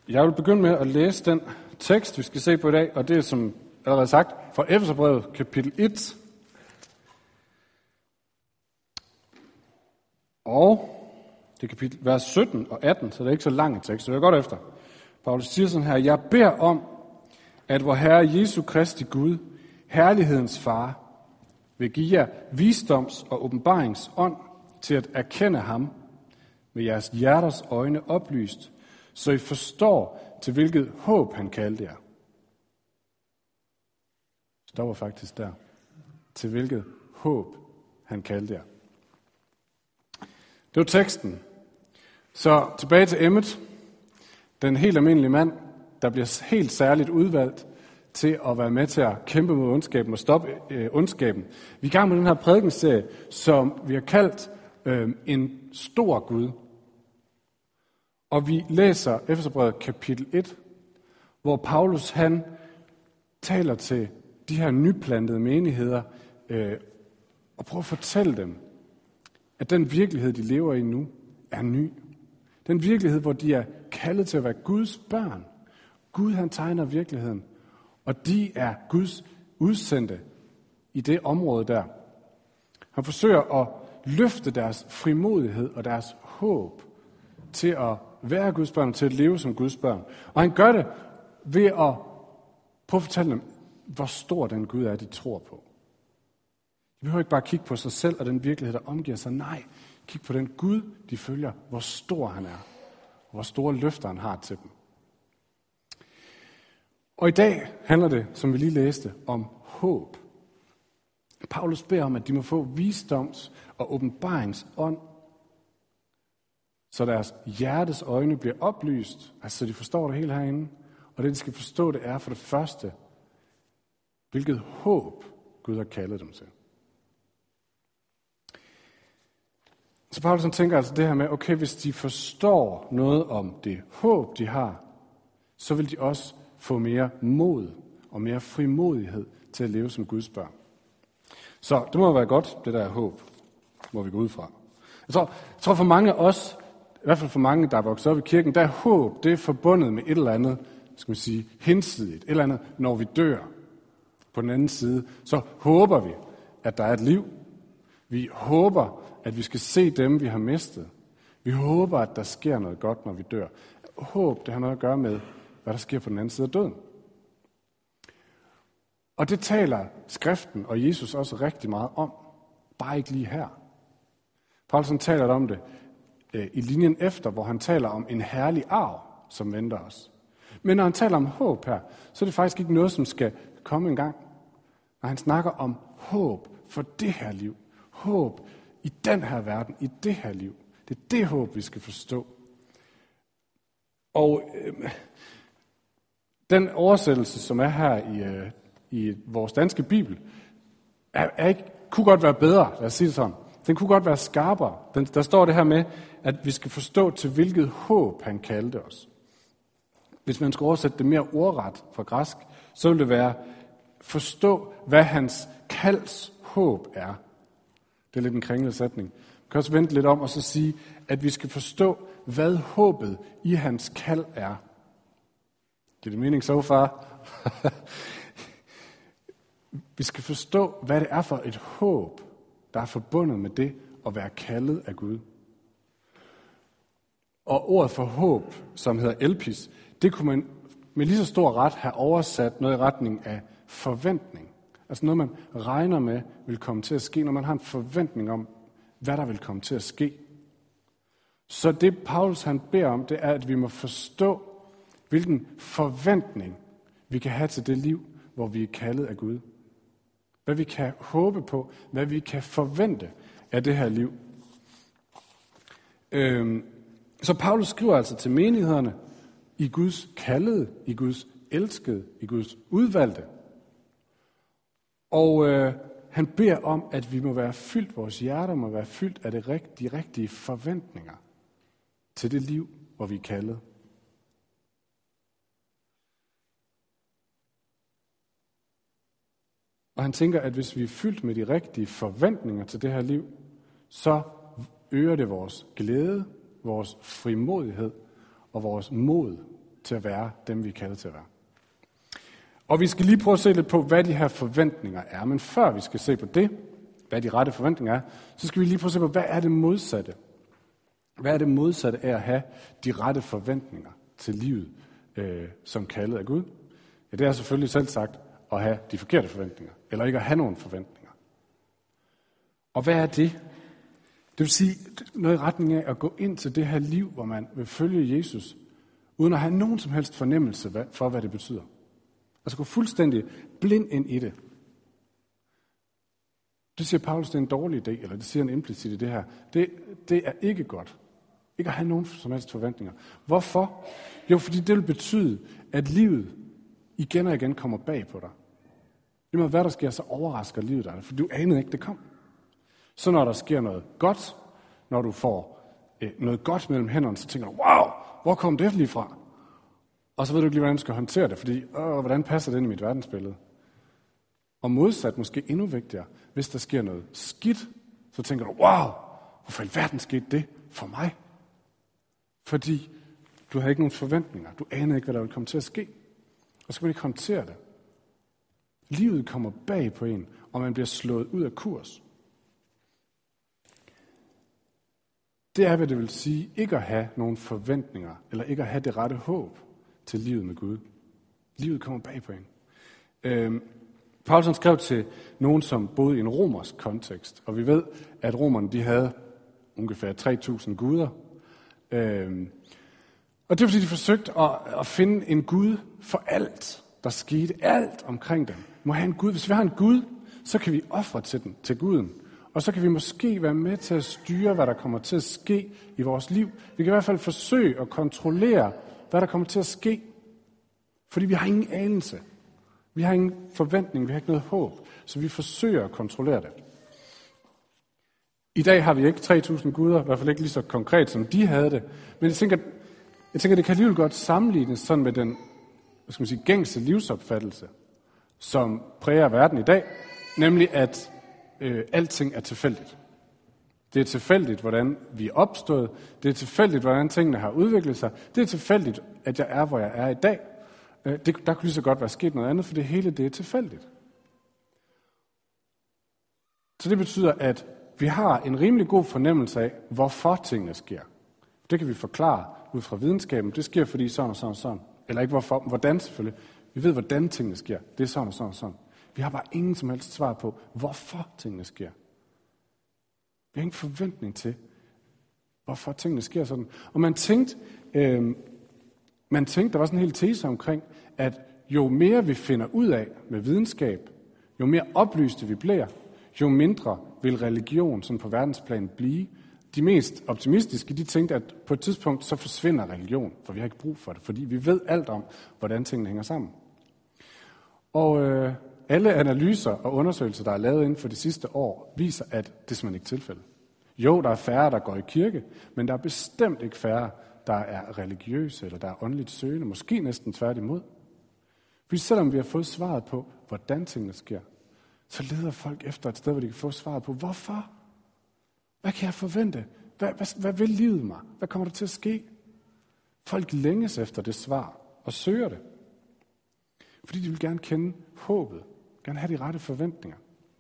Jeg vil begynde med at læse den tekst, vi skal se på i dag, og det er som allerede sagt fra Efeserbrevet kapitel 1. Og det er kapitel vers 17 og 18, så det er ikke så lang en tekst, så det er godt efter. Paulus siger sådan her: Jeg beder om, at vor Herre Jesu Kristi Gud, herlighedens far, vil give jer visdoms- og åbenbaringsånd til at erkende ham med jeres hjerters øjne oplyst, så I forstår, til hvilket håb han kaldte jer. Det står faktisk der. Til hvilket håb han kaldte jer. Det var teksten. Så tilbage til Emmet. Den helt almindelige mand, der bliver helt særligt udvalgt til at være med til at kæmpe mod ondskaben og stoppe ondskaben. Vi er i gang med den her prædikenserie, som vi har kaldt en stor Gud. Og vi læser Efeserbrevet kapitel 1, hvor Paulus han taler til de her nyplantede menigheder og prøver at fortælle dem, at den virkelighed, de lever i nu, er ny. Den virkelighed, hvor de er kaldet til at være Guds børn. Gud han tegner virkeligheden, og de er Guds udsendte i det område der. Han forsøger at løfte deres frimodighed og deres håb til at være Guds børn, til at leve som Guds børn. Og han gør det ved at prøve at fortælle dem, hvor stor den Gud er, de tror på. De behøver ikke bare kigge på sig selv og den virkelighed, der omgiver sig. Nej, kig på den Gud, de følger, hvor stor han er, og hvor store løfter han har til dem. Og i dag handler det, som vi lige læste, om håb. Paulus beder om, at de må få visdoms- og åbenbaringsånd, så deres hjertes øjne bliver oplyst, altså så de forstår det hele herinde. Og det, de skal forstå, det er for det første, hvilket håb Gud har kaldet dem til. Så Paulus tænker altså det her med, okay, hvis de forstår noget om det håb, de har, så vil de også få mere mod og mere frimodighed til at leve som Guds børn. Så det må være godt, det der håb, må vi gå ud fra. Jeg tror for mange af os, i hvert fald for mange, der er vokset op i kirken, der er håb, det er forbundet med et eller andet, skal man sige, hinsidigt, et eller andet, når vi dør. På den anden side, så håber vi, at der er et liv. Vi håber, at vi skal se dem, vi har mistet. Vi håber, at der sker noget godt, når vi dør. Håb, det har noget at gøre med, hvad der sker på den anden side af døden. Og det taler skriften og Jesus også rigtig meget om. Bare ikke lige her. Paulus taler om det i linjen efter, hvor han taler om en herlig arv, som venter os. Men når han taler om håb her, så er det faktisk ikke noget, som skal komme en gang. Når han snakker om håb for det her liv. Håb i den her verden, i det her liv. Det er det håb, vi skal forstå. Og den oversættelse, som er her i vores danske bibel, kunne godt være bedre, lad os sige det sådan. Den kunne godt være skarpere. Der står det her med, at vi skal forstå, til hvilket håb han kaldte os. Hvis man skal oversætte det mere ordret fra græsk, så vil det være, forstå, hvad hans kalds håb er. Det er lidt en kringlet sætning. Man kan også vente lidt om og så sige, at vi skal forstå, hvad håbet i hans kald er. Giver det mening so far? Vi skal forstå, hvad det er for et håb, der er forbundet med det at være kaldet af Gud. Og ordet for håb, som hedder elpis, det kunne man med lige så stor ret have oversat noget i retning af forventning. Altså noget, man regner med vil komme til at ske, når man har en forventning om, hvad der vil komme til at ske. Så det Paulus han beder om, det er, at vi må forstå, hvilken forventning vi kan have til det liv, hvor vi er kaldet af Gud. Hvad vi kan håbe på, hvad vi kan forvente af det her liv. Så Paulus skriver altså til menighederne i Guds kaldede, i Guds elskede, i Guds udvalgte. Og han beder om, at vi må være fyldt, vores hjerter må være fyldt af de rigtige forventninger til det liv, hvor vi er kaldet. Og han tænker, at hvis vi er fyldt med de rigtige forventninger til det her liv, så øger det vores glæde, vores frimodighed og vores mod til at være dem, vi er kaldet til at være. Og vi skal lige prøve at se lidt på, hvad de her forventninger er. Men før vi skal se på det, hvad de rette forventninger er, så skal vi lige prøve at se på, hvad er det modsatte? Hvad er det modsatte af at have de rette forventninger til livet, som kaldet af Gud? Ja, det er selvfølgelig selv sagt at have de forkerte forventninger, eller ikke at have nogen forventninger. Og hvad er det? Det vil sige noget i retning af at gå ind til det her liv, hvor man vil følge Jesus, uden at have nogen som helst fornemmelse for, hvad det betyder. Altså gå fuldstændig blind ind i det. Det siger Paulus, det er en dårlig idé, eller det siger han implicit i det her. Det er ikke godt. Ikke at have nogen som helst forventninger. Hvorfor? Jo, fordi det vil betyde, at livet igen og igen kommer bag på dig. Lige med hvad der sker, så overrasker livet dig, for du anede ikke, det kom. Så når der sker noget godt, når du får noget godt mellem hænderne, så tænker du, wow, hvor kom det lige fra? Og så ved du ikke lige, hvordan du skal håndtere det, fordi, hvordan passer det ind i mit verdensbillede? Og modsat, måske endnu vigtigere, hvis der sker noget skidt, så tænker du, wow, hvorfor i alverden skete det for mig? Fordi du har ikke nogen forventninger. Du aner ikke, hvad der vil komme til at ske. Og så kan man ikke håndtere det. Livet kommer bag på en, og man bliver slået ud af kurs. Det er, hvad det vil sige, ikke at have nogen forventninger, eller ikke at have det rette håb til livet med Gud. Livet kommer bag på en. Paulus skrev til nogen, som boede i en romersk kontekst, og vi ved, at romerne de havde ungefær 3.000 guder. Og det er, fordi de forsøgte at finde en Gud for alt, der skete, alt omkring dem. Vi må have en Gud. Hvis vi har en Gud, så kan vi ofre til Guden. Og så kan vi måske være med til at styre, hvad der kommer til at ske i vores liv. Vi kan i hvert fald forsøge at kontrollere, hvad der kommer til at ske. Fordi vi har ingen anelse. Vi har ingen forventning, vi har ikke noget håb. Så vi forsøger at kontrollere det. I dag har vi ikke 3.000 guder, i hvert fald ikke lige så konkret, som de havde det. Men jeg tænker, det kan alligevel godt sammenlignes sådan med den gængse livsopfattelse, som præger verden i dag. Nemlig at alting er tilfældigt. Det er tilfældigt, hvordan vi er opstået. Det er tilfældigt, hvordan tingene har udviklet sig. Det er tilfældigt, at jeg er, hvor jeg er i dag. Der kunne lige så godt være sket noget andet, for det hele det er tilfældigt. Så det betyder, at vi har en rimelig god fornemmelse af, hvorfor tingene sker. Det kan vi forklare ud fra videnskaben. Det sker, fordi sådan og sådan og sådan. Eller ikke hvorfor, hvordan selvfølgelig. Vi ved, hvordan tingene sker. Det er sådan og sådan og sådan. Vi har bare ingen som helst svar på, hvorfor tingene sker. Vi har ingen forventning til, hvorfor tingene sker sådan. Og man tænkte, der var sådan en hel tese omkring, at jo mere vi finder ud af med videnskab, jo mere oplyste vi bliver, jo mindre vil religion sådan på verdensplan blive. De mest optimistiske, de tænkte, at på et tidspunkt så forsvinder religion, for vi har ikke brug for det, fordi vi ved alt om, hvordan tingene hænger sammen. Og alle analyser og undersøgelser, der er lavet inden for de sidste år, viser, at det er simpelthen ikke tilfældet. Jo, der er færre, der går i kirke, men der er bestemt ikke færre, der er religiøse eller der er åndeligt søgende, måske næsten tværtimod. For selvom vi har fået svaret på, hvordan tingene sker, så leder folk efter et sted, hvor de kan få svaret på, hvorfor? Hvad kan jeg forvente? Hvad vil livet mig? Hvad kommer der til at ske? Folk længes efter det svar og søger det. Fordi de vil gerne kende håbet, gerne have de rette forventninger.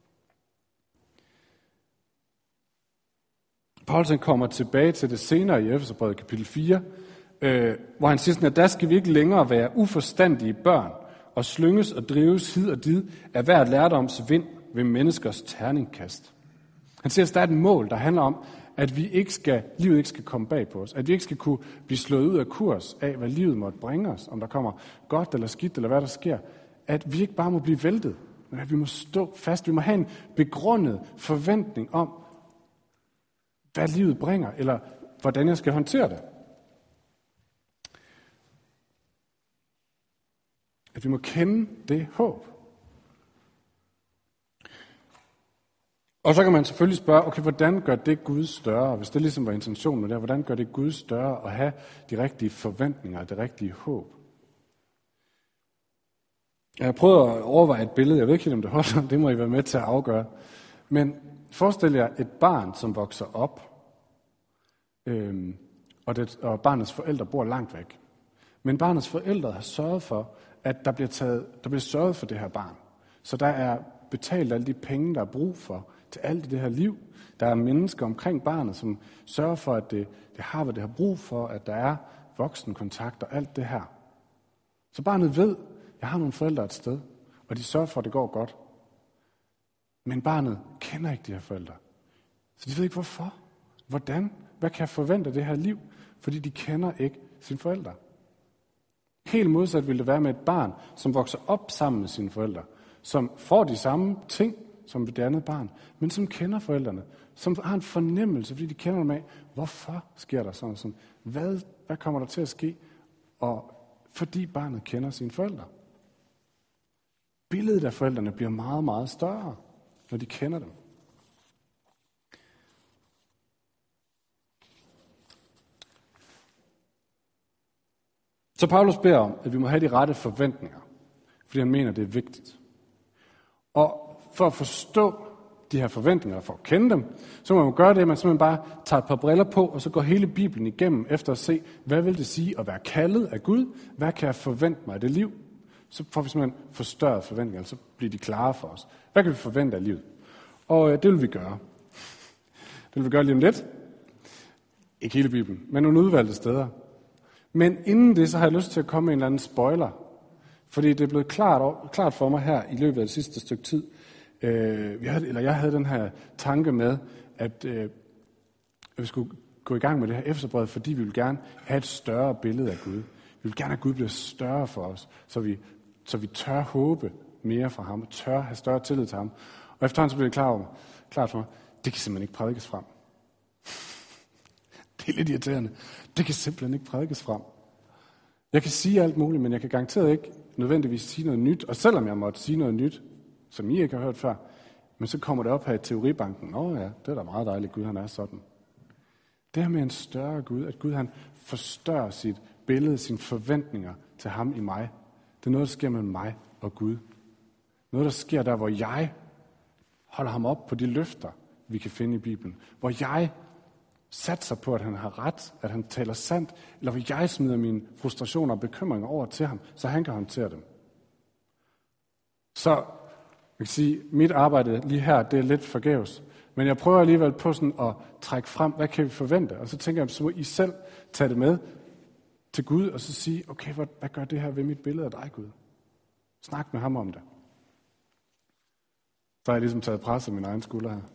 Paulus kommer tilbage til det senere i Efeserbrevet kapitel 4, hvor han siger sådan, at der skal vi ikke længere være uforstandige børn og slynges og drives hid og did af hvert lærdoms vind ved menneskers terningkast. Han siger, at der er et mål, der handler om, at livet ikke skal komme bag på os. At vi ikke skal kunne blive slået ud af kurs af, hvad livet måtte bringe os. Om der kommer godt eller skidt, eller hvad der sker. At vi ikke bare må blive væltet, men at vi må stå fast. Vi må have en begrundet forventning om, hvad livet bringer, eller hvordan jeg skal håndtere det. At vi må kende det håb. Og så kan man selvfølgelig spørge, okay, hvordan gør det Gud større? Hvis det ligesom var intentionen med det, hvordan gør det Gud større at have de rigtige forventninger, det rigtige håb? Jeg har prøvet at overveje et billede, jeg ved ikke helt, om det holder, det må I være med til at afgøre. Men forestil jer et barn, som vokser op, og barnets forældre bor langt væk. Men barnets forældre har sørget for, at der bliver sørget for det her barn. Så der er betalt alle de penge, der er brug for til alt i det her liv. Der er mennesker omkring barnet, som sørger for, at det har, hvad det har brug for, at der er voksenkontakt og alt det her. Så barnet ved, at jeg har nogle forældre et sted, og de sørger for, at det går godt. Men barnet kender ikke de her forældre. Så de ved ikke, hvorfor, hvordan, hvad kan jeg forvente af det her liv, fordi de kender ikke sine forældre. Helt modsat vil det være med et barn, som vokser op sammen med sine forældre, som får de samme ting som det andet barn, men som kender forældrene, som har en fornemmelse, fordi de kender dem af, hvorfor sker der sådan, hvad kommer der til at ske, og fordi barnet kender sine forældre. Billedet af forældrene bliver meget, meget større, når de kender dem. Så Paulus beder om, at vi må have de rette forventninger, fordi han mener, det er vigtigt. Og for at forstå de her forventninger, for at kende dem, så må man gøre det, at man simpelthen bare tager et par briller på, og så går hele Bibelen igennem efter at se, hvad vil det sige at være kaldet af Gud? Hvad kan jeg forvente mig af det liv? Så får vi simpelthen forstørret forventninger, så bliver de klare for os. Hvad kan vi forvente af livet? Og det vil vi gøre. Det vil vi gøre lige om lidt. Ikke hele Bibelen, men nogle udvalgte steder. Men inden det, så har jeg lyst til at komme med en eller anden spoiler. Fordi det er blevet klart for mig her i løbet af det sidste stykke tid. Jeg havde den her tanke med, at vi skulle gå i gang med det her Efeserbrev, fordi vi vil gerne have et større billede af Gud. Vi vil gerne, at Gud bliver større for os, så vi tør håbe mere fra ham, og tør have større tillid til ham. Og efterhånden så blev det klart for mig, det kan simpelthen ikke prædikes frem. Det er lidt irriterende. Det kan simpelthen ikke prædikes frem. Jeg kan sige alt muligt, men jeg kan garanteret ikke nødvendigvis sige noget nyt. Og selvom jeg måtte sige noget nyt, som I ikke har hørt før, men så kommer det op her i teoribanken. Ja, det er da meget dejligt, Gud han er sådan. Det her med en større Gud, at Gud han forstørrer sit billede, sine forventninger til ham i mig. Det er noget, der sker mellem mig og Gud. Noget, der sker der, hvor jeg holder ham op på de løfter, vi kan finde i Bibelen. Hvor jeg satser på, at han har ret, at han taler sandt, eller hvor jeg smider mine frustrationer og bekymringer over til ham, så han kan håndtere dem. Så jeg kan sige, mit arbejde lige her, det er lidt forgæves, men jeg prøver alligevel på sådan at trække frem, hvad kan vi forvente? Og så tænker jeg, så må I selv tage det med til Gud, og så sige, okay, hvad gør det her ved mit billede af dig, Gud? Snak med ham om det. Så har jeg ligesom taget pres af mine egne skuldre her.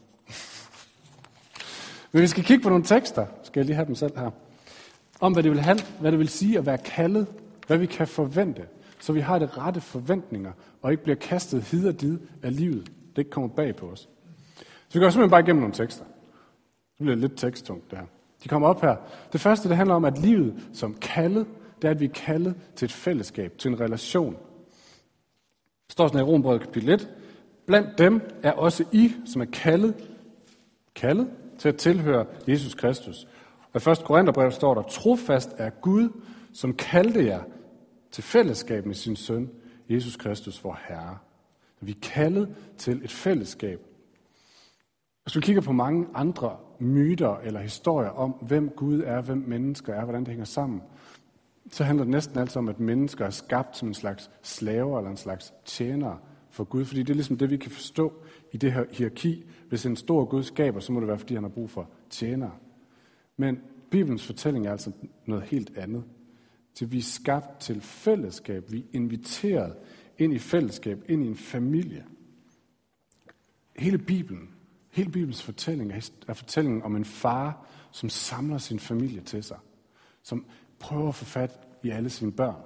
Men vi skal kigge på nogle tekster, skal jeg lige have dem selv her, om hvad det vil sige at være kaldet, hvad vi kan forvente, så vi har det rette forventninger, og ikke bliver kastet hid og did af livet. Det ikke kommer bag på os. Så vi går simpelthen bare igennem nogle tekster. Det bliver lidt teksttungt, det her. De kommer op her. Det første, det handler om, at livet som kaldet, det er, at vi er kaldet til et fællesskab, til en relation. Det står sådan i Romerbrevet kapitel 1. Blandt dem er også I, som er kaldet til at tilhøre Jesus Kristus. Og i 1. Korintherbrev står der, trofast er Gud, som kaldte jer til fællesskab med sin søn, Jesus Kristus, vor Herre. Vi er kaldet til et fællesskab. Hvis du kigger på mange andre myter eller historier om, hvem Gud er, hvem mennesker er, hvordan det hænger sammen, så handler det næsten altid om, at mennesker er skabt som en slags slaver eller en slags tjenere for Gud. Fordi det er ligesom det, vi kan forstå i det her hierarki. Hvis en stor Gud skaber, så må det være, fordi han har brug for tjenere. Men Bibelens fortælling er altså noget helt andet. Så vi er skabt til fællesskab. Vi er inviteret ind i fællesskab, ind i en familie. Hele Bibelens fortælling er fortællingen om en far, som samler sin familie til sig. Som prøver at få fat i alle sine børn.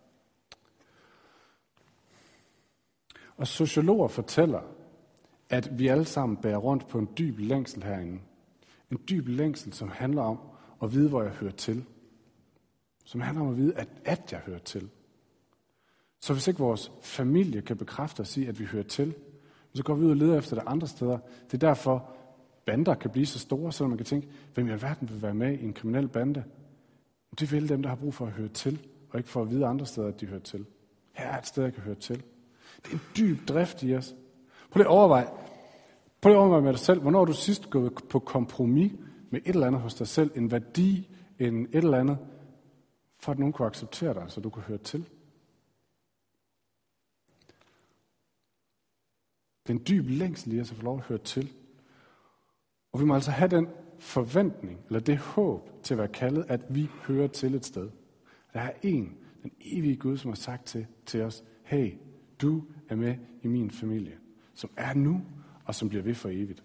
Og sociologer fortæller, at vi alle sammen bærer rundt på en dyb længsel herinde. En dyb længsel, som handler om at vide, hvor jeg hører til. Som handler om at vide, at jeg hører til. Så hvis ikke vores familie kan bekræfte og sige, at vi hører til, så går vi ud og leder efter det andre steder. Det er derfor, bander kan blive så store, så man kan tænke, hvem i alverden vil være med i en kriminel bande? Det vil dem, der har brug for at høre til, og ikke for at vide andre steder, at de hører til. Her er et sted, jeg kan høre til. Det er en dyb drift i os. Prøv lige at overveje med dig selv, hvornår du sidst gået på kompromis med et eller andet hos dig selv, en værdi, et eller andet, for at nogen kunne acceptere dig, så du kunne høre til. Det er en dyb længsel i os at få lov at høre til. Og vi må altså have den forventning, eller det håb til at være kaldet, at vi hører til et sted. Der er en, den evige Gud, som har sagt til os, hey, du er med i min familie, som er nu, og som bliver ved for evigt.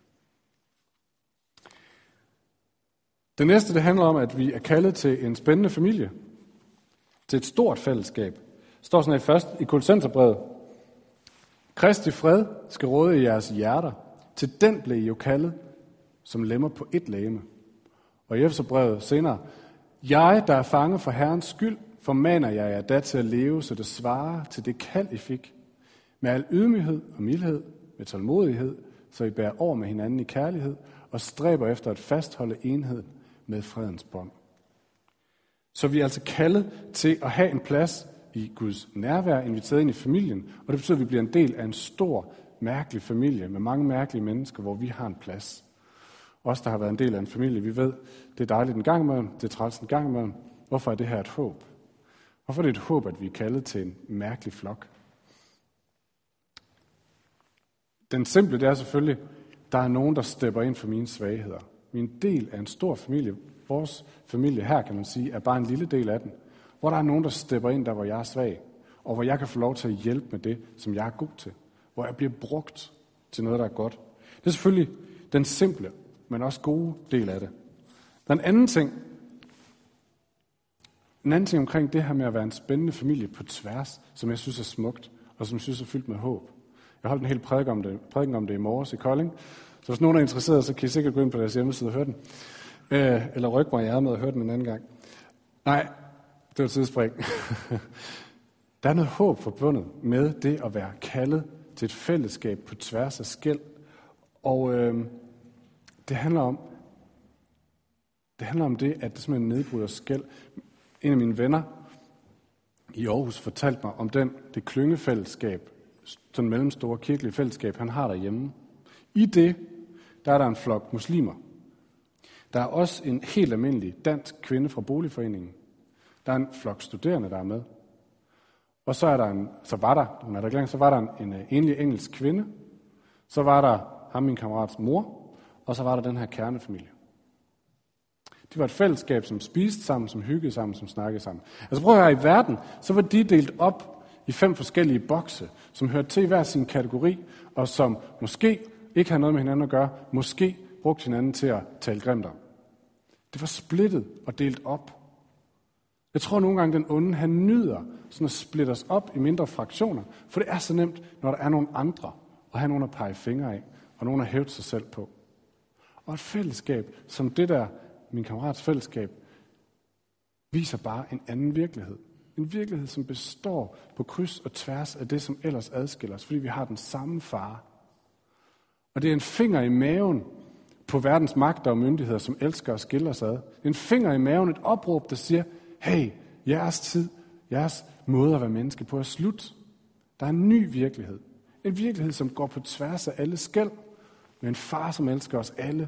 Det næste, det handler om, at vi er kaldet til en spændende familie, til et stort fællesskab. Det står sådan her først i Kolossenserbrevet. Kristi fred skal råde i jeres hjerter. Til den blev I jo kaldet, som lemmer på et legeme. Og i Efeserbrevet senere. Jeg, der er fanget for Herrens skyld, formaner jeg jer da til at leve, så det svarer til det kald, I fik. Med al ydmyghed og mildhed, med tålmodighed, så I bærer over med hinanden i kærlighed, og stræber efter at fastholde enheden med fredens bånd. Så vi er altså kaldet til at have en plads i Guds nærvær, inviteret ind i familien, og det betyder, at vi bliver en del af en stor, mærkelig familie med mange mærkelige mennesker, hvor vi har en plads. Os, der har været en del af en familie, vi ved, det er dejligt en gang imellem, det er træls en gang imellem. Hvorfor er det her et håb? Hvorfor er det et håb, at vi er kaldet til en mærkelig flok? Den simple, det er selvfølgelig, der er nogen, der stepper ind for mine svagheder. Vi er en del af en stor familie. Vores familie her, kan man sige, er bare en lille del af den. Hvor der er nogen, der stepper ind der, hvor jeg er svag. Og hvor jeg kan få lov til at hjælpe med det, som jeg er god til. Hvor jeg bliver brugt til noget, der er godt. Det er selvfølgelig den simple, men også gode del af det. Der er en anden ting omkring det her med at være en spændende familie på tværs, som jeg synes er smukt, og som jeg synes er fyldt med håb. Jeg holdt en hel prædiken om det i morges i Kolding. Så hvis nogen er interesseret, så kan I sikkert gå ind på deres hjemmeside og høre den. Eller rykke mig i ærmet og høre den en anden gang. Nej, det var et sidespring. Der er noget håb forbundet med det at være kaldet til et fællesskab på tværs af skel. Og det handler om det, at det simpelthen nedbryder skel. En af mine venner i Aarhus fortalte mig om det klyngefællesskab, sådan mellemstore kirkelige fællesskab, han har derhjemme. I det, der er der en flok muslimer. Der er også en helt almindelig dansk kvinde fra boligforeningen. Der er en flok studerende, der er med. Og så var der en enlig engelsk kvinde. Så var der ham, min kammerats mor. Og så var der den her kernefamilie. Det var et fællesskab, som spiste sammen, som hyggede sammen, som snakkede sammen. Altså prøv at høre, i verden, så var de delt op i 5 forskellige bokse, som hørte til hver sin kategori, og som måske ikke havde noget med hinanden at gøre, måske brugte hinanden til at tale grimt om. Det var splittet og delt op. Jeg tror nogle gange, den onde, han nyder sådan at splitte os op i mindre fraktioner, for det er så nemt, når der er nogle andre, og have nogen at pege fingre af, og nogen at hæve sig selv på. Og et fællesskab som det der, min kammerats fællesskab, viser bare en anden virkelighed. En virkelighed, som består på kryds og tværs af det, som ellers adskiller os, fordi vi har den samme far. Og det er en finger i maven på verdens magter og myndigheder, som elsker at skille os ad. En finger i maven, et opråb, der siger, hey, jeres tid, jeres måde at være menneske på er slut. Der er en ny virkelighed. En virkelighed, som går på tværs af alle skel, med en far, som elsker os alle.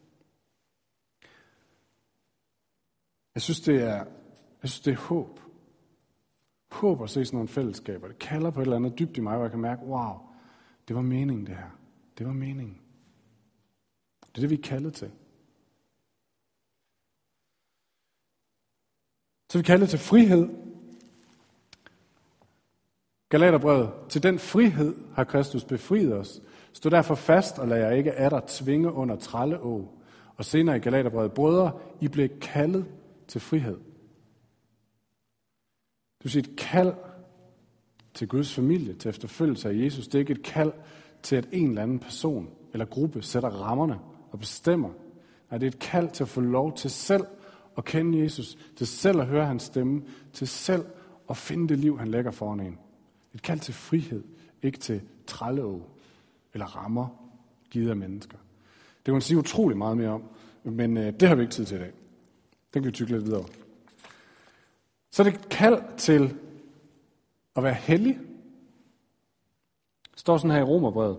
Jeg synes, det er håb. Håb at se sådan nogle fællesskaber. Det kalder på et eller andet dybt i mig, hvor jeg kan mærke, wow, det var meningen det her. Det var meningen. Det er det, vi er kaldet til. Så vi er kaldet til frihed. Galaterbrevet, til den frihed har Kristus befriet os. Stå derfor fast og lad jer ikke atter tvinge under trælleåg. Og senere i Galaterbrevet, brødre, I blev kaldet til frihed. Det vil sige et kald til Guds familie, til efterfølgelse af Jesus. Det er ikke et kald til, at en eller anden person eller gruppe sætter rammerne og bestemmer. Nej, det er et kald til at få lov til selv at kende Jesus, til selv at høre hans stemme, til selv at finde det liv, han lægger foran en. Et kald til frihed, ikke til trælleåg eller rammer givet af mennesker. Det kan man sige utrolig meget mere om, men det har vi ikke tid til i dag. Den kan vi tykke lidt videre over. Så er det et kald til at være hellig. Det står sådan her i Romerbrevet.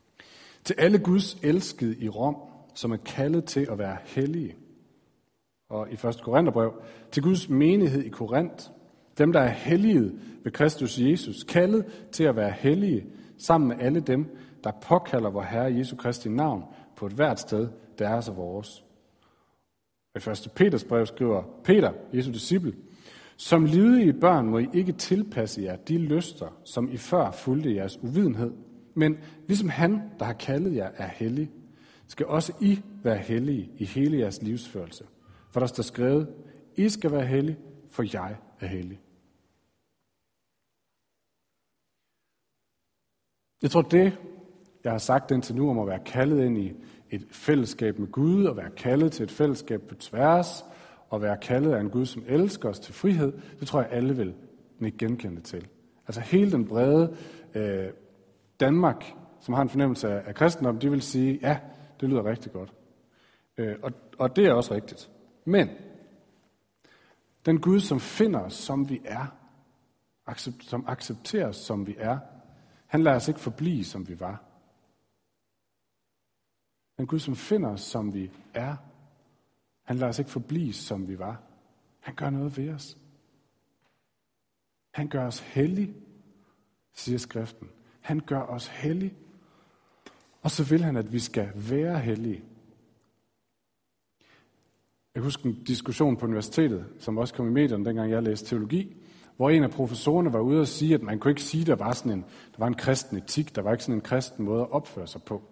Til alle Guds elskede i Rom, som er kaldet til at være hellige. og i 1. Korintherbrev, til Guds menighed i Korinth. Dem, der er helliget ved Kristus Jesus, kaldet til at være hellige, sammen med alle dem, der påkalder vor Herre Jesu Kristi navn på et hvert sted, deres og vores. I 1. Peters brev skriver Peter, Jesu disciple, som lydige børn må I ikke tilpasse jer de lyster, som I før fulgte jeres uvidenhed. Men ligesom han, der har kaldet jer, er hellig, skal også I være hellige i hele jeres livsførelse. For der står skrevet, I skal være hellige, for jeg er hellig. Jeg tror, det, jeg har sagt indtil nu om at være kaldet ind i et fællesskab med Gud, og være kaldet til et fællesskab på tværs, og være kaldet af en Gud, som elsker os til frihed, det tror jeg, alle vil ikke genkende til. Altså hele den brede Danmark, som har en fornemmelse af kristendom, de vil sige, ja, det lyder rigtig godt. Og det er også rigtigt. Men den Gud, som finder os, som vi er, som accepterer os, som vi er, han lader os ikke forblive, som vi var. Den Gud, som finder os, som vi er, han lader os ikke forblive, som vi var. Han gør noget ved os. Han gør os hellige, siger skriften. Han gør os hellige. Og så vil han, at vi skal være hellige. Jeg husker en diskussion på universitetet, som også kom i medierne, dengang jeg læste teologi, hvor en af professorerne var ude og sige, at man kunne ikke sige, at der var en kristen etik, der var ikke sådan en kristen måde at opføre sig på.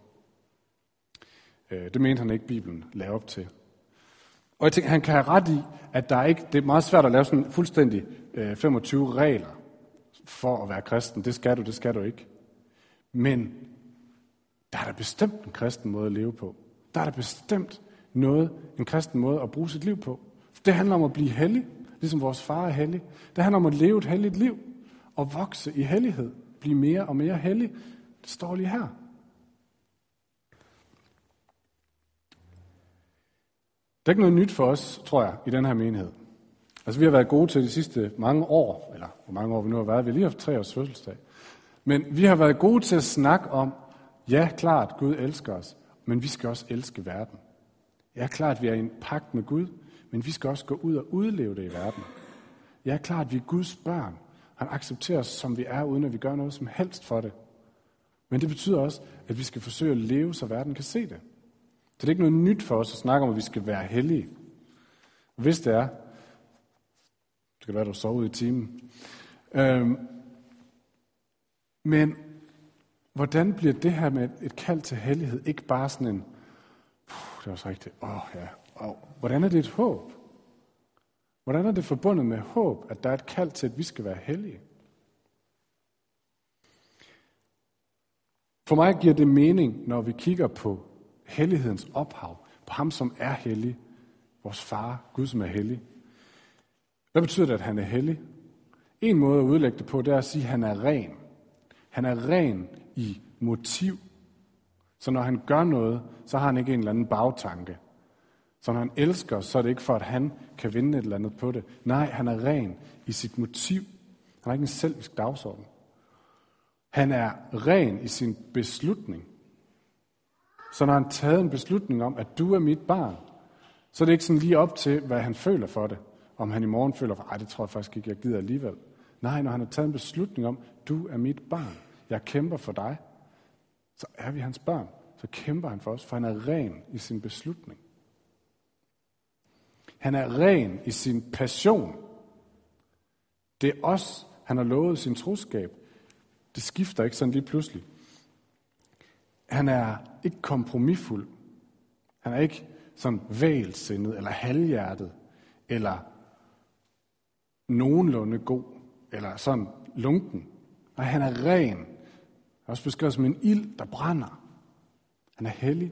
Det mente han ikke, Bibelen lagde op til. Og jeg tænker, han kan have ret i, at det er meget svært at lave sådan fuldstændig 25 regler for at være kristen. Det skal du ikke. Men der er da bestemt en kristen måde at leve på. Der er da bestemt en kristen måde at bruge sit liv på. Det handler om at blive hellig, ligesom vores far er hellig. Det handler om at leve et helligt liv og vokse i hellighed. Blive mere og mere hellig. Det står lige her. Det er ikke noget nyt for os, tror jeg, i den her menighed. Altså, vi har været gode til de sidste mange år, eller hvor mange år vi nu har været. Vi har lige haft 3 års fødselsdag. Men vi har været gode til at snakke om, ja, klart, Gud elsker os, men vi skal også elske verden. Ja, klart, vi er i en pagt med Gud, men vi skal også gå ud og udleve det i verden. Ja, klart, vi er Guds børn. Han accepterer os, som vi er, uden at vi gør noget som helst for det. Men det betyder også, at vi skal forsøge at leve, så verden kan se det. Så det er ikke noget nyt for os at snakke om, at vi skal være hellige. Og hvis det er, det kan være, du sover ud i timen. Men hvordan bliver det her med et kald til hellighed ikke bare sådan en, det er også rigtigt, hvordan er det et håb? Hvordan er det forbundet med håb, at der er et kald til, at vi skal være hellige? For mig giver det mening, når vi kigger på hellighedens ophav, på ham, som er hellig, vores far, Gud, som er hellig. Hvad betyder det, at han er hellig? En måde at udlægge det på, det er at sige, at han er ren. Han er ren i motiv. Så når han gør noget, så har han ikke en eller anden bagtanke. Så når han elsker os, så er det ikke for, at han kan vinde et eller andet på det. Nej, han er ren i sit motiv. Han har ikke en selvisk dagsorden. Han er ren i sin beslutning. Så når han taget en beslutning om, at du er mit barn, så er det ikke sådan lige op til, hvad han føler for det. Om han i morgen føler for, det tror jeg faktisk ikke, jeg gider alligevel. Nej, når han har taget en beslutning om, du er mit barn, jeg kæmper for dig, så er vi hans børn. Så kæmper han for os, for han er ren i sin beslutning. Han er ren i sin passion. Det er os, han har lovet sin troskab. Det skifter ikke sådan lige pludselig. Han er ikke kompromisfuld. Han er ikke sådan vægelsindet, eller halvhjertet, eller nogenlunde god, eller sådan lunken. Nej, han er ren. Han er også beskrevet som en ild, der brænder. Han er hellig.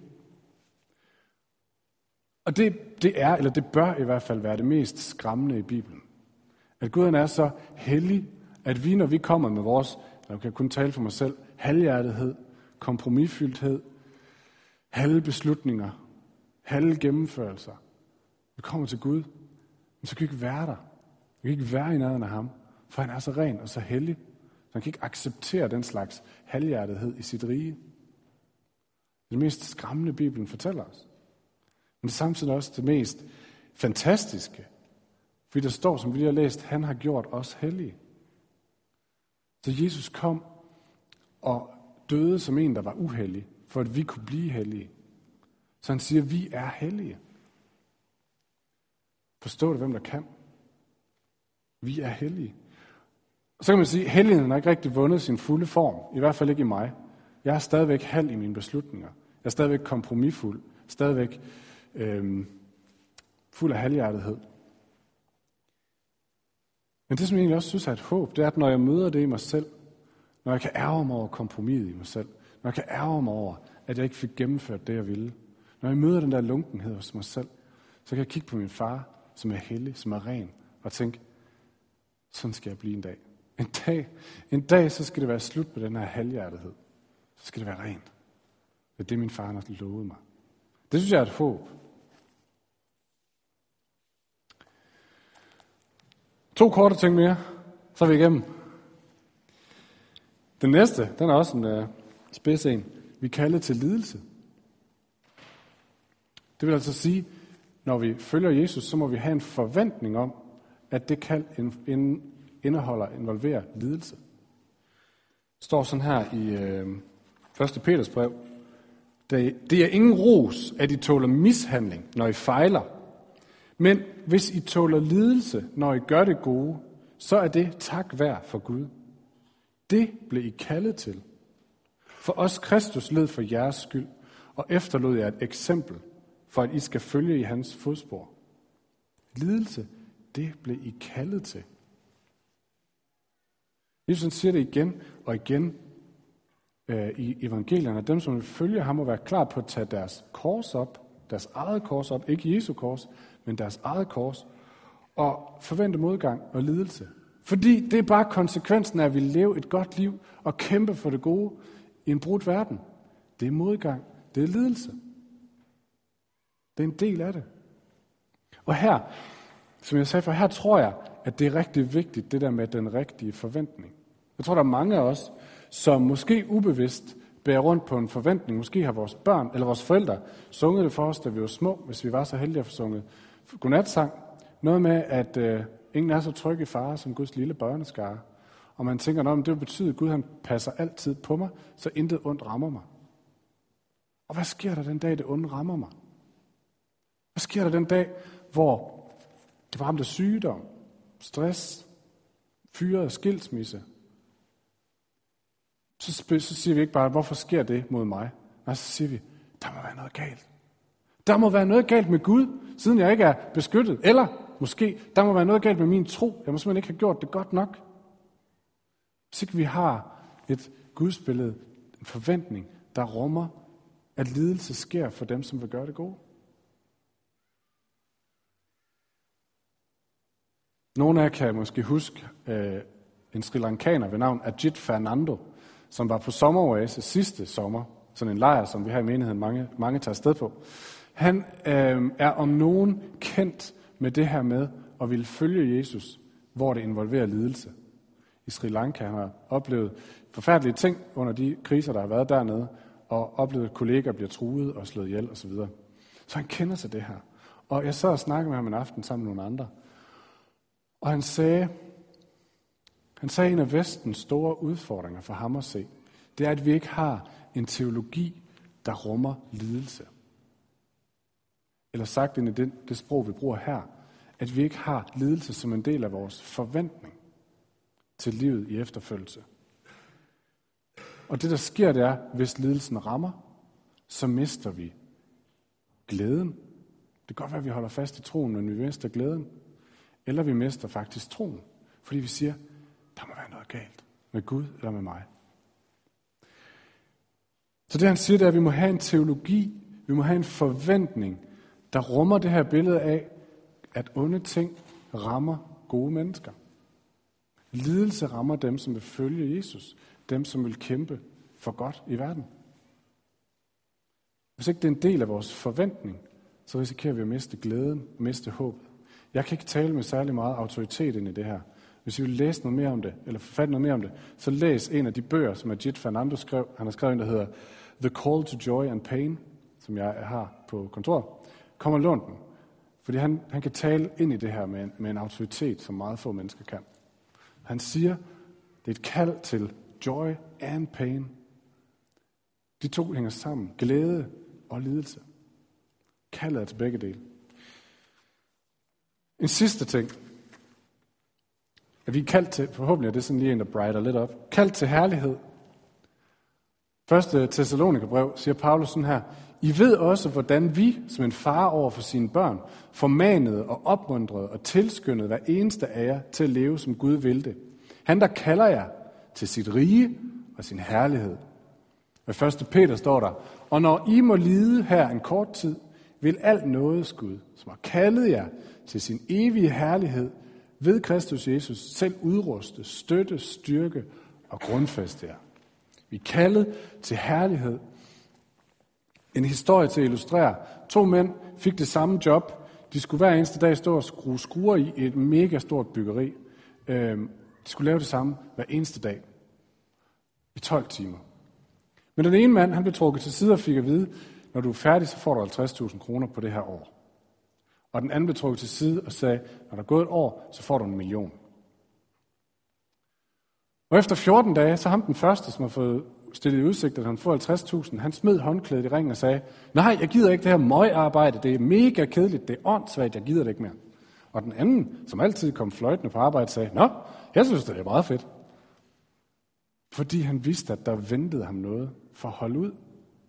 Og det bør i hvert fald være det mest skræmmende i Bibelen. At Gud er så hellig, at vi, når vi kommer med vores, jeg kan kun tale for mig selv, halvhjertethed, kompromisfyldthed, halve beslutninger, halve gennemførelser. Vi kommer til Gud, men så kan vi ikke være der. Vi kan ikke være i nærheden af ham, for han er så ren og så hellig, så han kan ikke acceptere den slags halvhjertethed i sit rige. Det mest skræmmende, Bibelen fortæller os. Men det er samtidig også det mest fantastiske. Fordi der står, som vi lige har læst, han har gjort os hellige. Så Jesus kom og døde som en, der var uhellig, for at vi kunne blive hellige. Så han siger, at vi er hellige. Forstå det, hvem der kan. Vi er hellige. Og så kan man sige, at helligheden har ikke rigtig vundet sin fulde form. I hvert fald ikke i mig. Jeg er stadigvæk halv i mine beslutninger. Jeg er stadigvæk kompromisfuld. Stadigvæk fuld af halvhjertethed. Men det, som jeg egentlig også synes er et håb, det er, at når jeg møder det i mig selv, når jeg kan ærge mig over kompromiset i mig selv, når jeg kan ærge mig over, at jeg ikke fik gennemført det, jeg ville, når jeg møder den der lunkenhed hos mig selv, så kan jeg kigge på min far, som er hellig, som er ren, og tænke, sådan skal jeg blive en dag. En dag, så skal det være slut med den her halvhjertethed. Så skal det være rent. Det er det, min far har lovet mig. Det synes jeg er et håb. 2 korte ting mere, så er vi igennem. Den næste, den er også en spids en. Vi kalder til lidelse. Det vil altså sige, når vi følger Jesus, så må vi have en forventning om, at det kald involverer lidelse. Det står sådan her i 1. Peters brev. Det er ingen ros, at I tåler mishandling, når I fejler. Men hvis I tåler lidelse, når I gør det gode, så er det tak værd for Gud. Det blev I kaldet til. For os Kristus led for jeres skyld, og efterlod jer et eksempel, for at I skal følge i hans fodspor. Lidelse, det blev I kaldet til. Jesus siger det igen og igen i evangelierne. Dem, som vil følge ham, må være klar på at tage deres kors op, deres eget kors op, ikke Jesu kors, men deres eget kors, og forvente modgang og lidelse. Fordi det er bare konsekvensen af, at vi lever et godt liv og kæmpe for det gode i en brudt verden. Det er modgang, det er lidelse. Det er en del af det. Og her, som jeg sagde før, her tror jeg, at det er rigtig vigtigt, det der med den rigtige forventning. Jeg tror, der er mange af os, som måske ubevidst bærer rundt på en forventning. Måske har vores børn eller vores forældre sunget det for os, da vi var små, hvis vi var så heldige at få sunget godnatsang. Noget med, at ingen er så trygge i far som Guds lille børneskare. Og man tænker, at det vil betyde, at Gud han passer altid på mig, så intet ondt rammer mig. Og hvad sker der den dag, det onde rammer mig? Hvad sker der den dag, hvor det var ramt af sygdom, stress, fyret, skilsmisse? Så siger vi ikke bare, hvorfor sker det mod mig? Nej, så siger vi, der må være noget galt. Der må være noget galt med Gud, siden jeg ikke er beskyttet. Eller måske, der må være noget galt med min tro. Jeg må simpelthen ikke have gjort det godt nok. Hvis ikke vi har et gudsbillede, en forventning, der rummer, at lidelse sker for dem, som vil gøre det gode. Nogle af jer kan måske huske en sri lankaner ved navn Ajit Fernando, som var på sommeroase sidste sommer. Sådan en lejr, som vi har i menigheden mange tager afsted på. Han er om nogen kendt med det her med at ville følge Jesus, hvor det involverer lidelse. I Sri Lanka han har oplevet forfærdelige ting under de kriser, der har været dernede, og oplevet, at kollegaer bliver truet og slået ihjel osv. Så han kender sig det her. Og jeg sad og snakkede med ham en aften sammen med nogle andre. Og han sagde, en af Vestens store udfordringer for ham at se, det er, at vi ikke har en teologi, der rummer lidelse. Eller sagt ind i det sprog, vi bruger her, at vi ikke har lidelse som en del af vores forventning til livet i efterfølgelse. Og det, der sker, det er, hvis lidelsen rammer, så mister vi glæden. Det kan godt være, at vi holder fast i troen, men vi mister glæden. Eller vi mister faktisk troen, fordi vi siger, der må være noget galt med Gud eller med mig. Så det han siger, det er, at vi må have en teologi, vi må have en forventning, der rummer det her billede af, at onde ting rammer gode mennesker. Lidelse rammer dem, som vil følge Jesus, dem, som vil kæmpe for godt i verden. Hvis ikke det er en del af vores forventning, så risikerer vi at miste glæden, miste håbet. Jeg kan ikke tale med særlig meget autoritet ind i det her. Hvis I vil læse noget mere om det, eller forfatte noget mere om det, så læs en af de bøger, som Ajit Fernando skrev. Han har skrevet en, der hedder The Call to Joy and Pain, som jeg har på kontoret. Kom og lån den. Fordi han kan tale ind i det her med en autoritet, som meget få mennesker kan. Han siger, det er et kald til joy and pain. De to hænger sammen. Glæde og lidelse. Kaldet er til begge dele. En sidste ting. At vi er kaldt til, forhåbentlig er det sådan lige en, der brighter lidt op. Kaldt til herlighed. Første Thessalonikerbrev siger Paulus sådan her. I ved også, hvordan vi, som en far over for sine børn, formanede og opmuntrede og tilskyndede hver eneste af jer til at leve, som Gud vil det. Han, der kalder jer til sit rige og sin herlighed. Ved 1. Peter står der, og når I må lide her en kort tid, vil alt nådes Gud, som har kaldet jer til sin evige herlighed, ved Kristus Jesus selv udruste, støtte, styrke og grundfæste jer. Vi er kaldet til herlighed. En historie til at illustrere. 2 mænd fik det samme job. De skulle hver eneste dag stå og skrue skruer i et mega stort byggeri. De skulle lave det samme hver eneste dag. I 12 timer. Men den ene mand, han blev trukket til side og fik at vide, når du er færdig, så får du 50.000 kroner på det her år. Og den anden blev trukket til side og sagde, når der er gået et år, så får du 1 million. Og efter 14 dage, så ham den første, som har fået stillet i udsigt, at han får 50.000, han smed håndklædet i ringen og sagde, nej, jeg gider ikke det her møgarbejde, det er mega kedeligt, det er åndssvagt, jeg gider det ikke mere. Og den anden, som altid kom fløjtende på arbejde, sagde, nå, jeg synes, det er meget fedt. Fordi han vidste, at der ventede ham noget for at holde ud.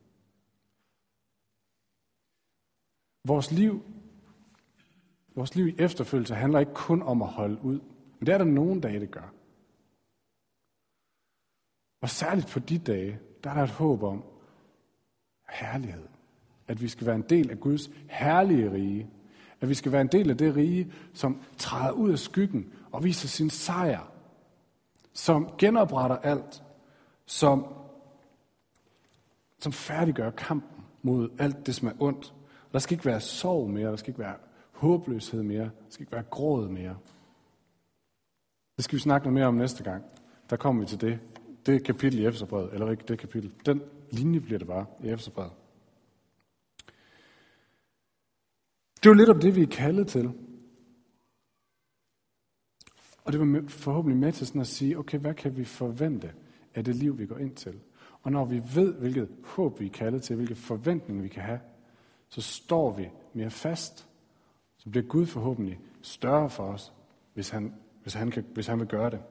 Vores liv i efterfølgelse handler ikke kun om at holde ud. Men det er der nogle dage, det gør. Og særligt på de dage, der er der et håb om herlighed. At vi skal være en del af Guds herlige rige. At vi skal være en del af det rige, som træder ud af skyggen og viser sin sejr. Som genopretter alt. Som færdiggør kampen mod alt det, som er ondt. Der skal ikke være sorg mere, der skal ikke være håbløshed mere, der skal ikke være gråd mere. Det skal vi snakke noget mere om næste gang. Der kommer vi til det. Det kapitel i Efeserbrevet, eller ikke det kapitel. Den linje bliver det bare i Efeserbrevet. Det var lidt om det, vi er kaldet til. Og det var forhåbentlig med til sådan at sige, okay, hvad kan vi forvente af det liv, vi går ind til? Og når vi ved, hvilket håb vi er kaldet til, hvilke forventninger vi kan have, så står vi mere fast. Så bliver Gud forhåbentlig større for os, hvis han vil gøre det.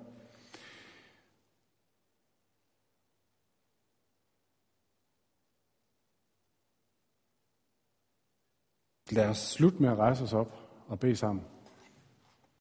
Lad os slutte med at rejse os op og bede sammen.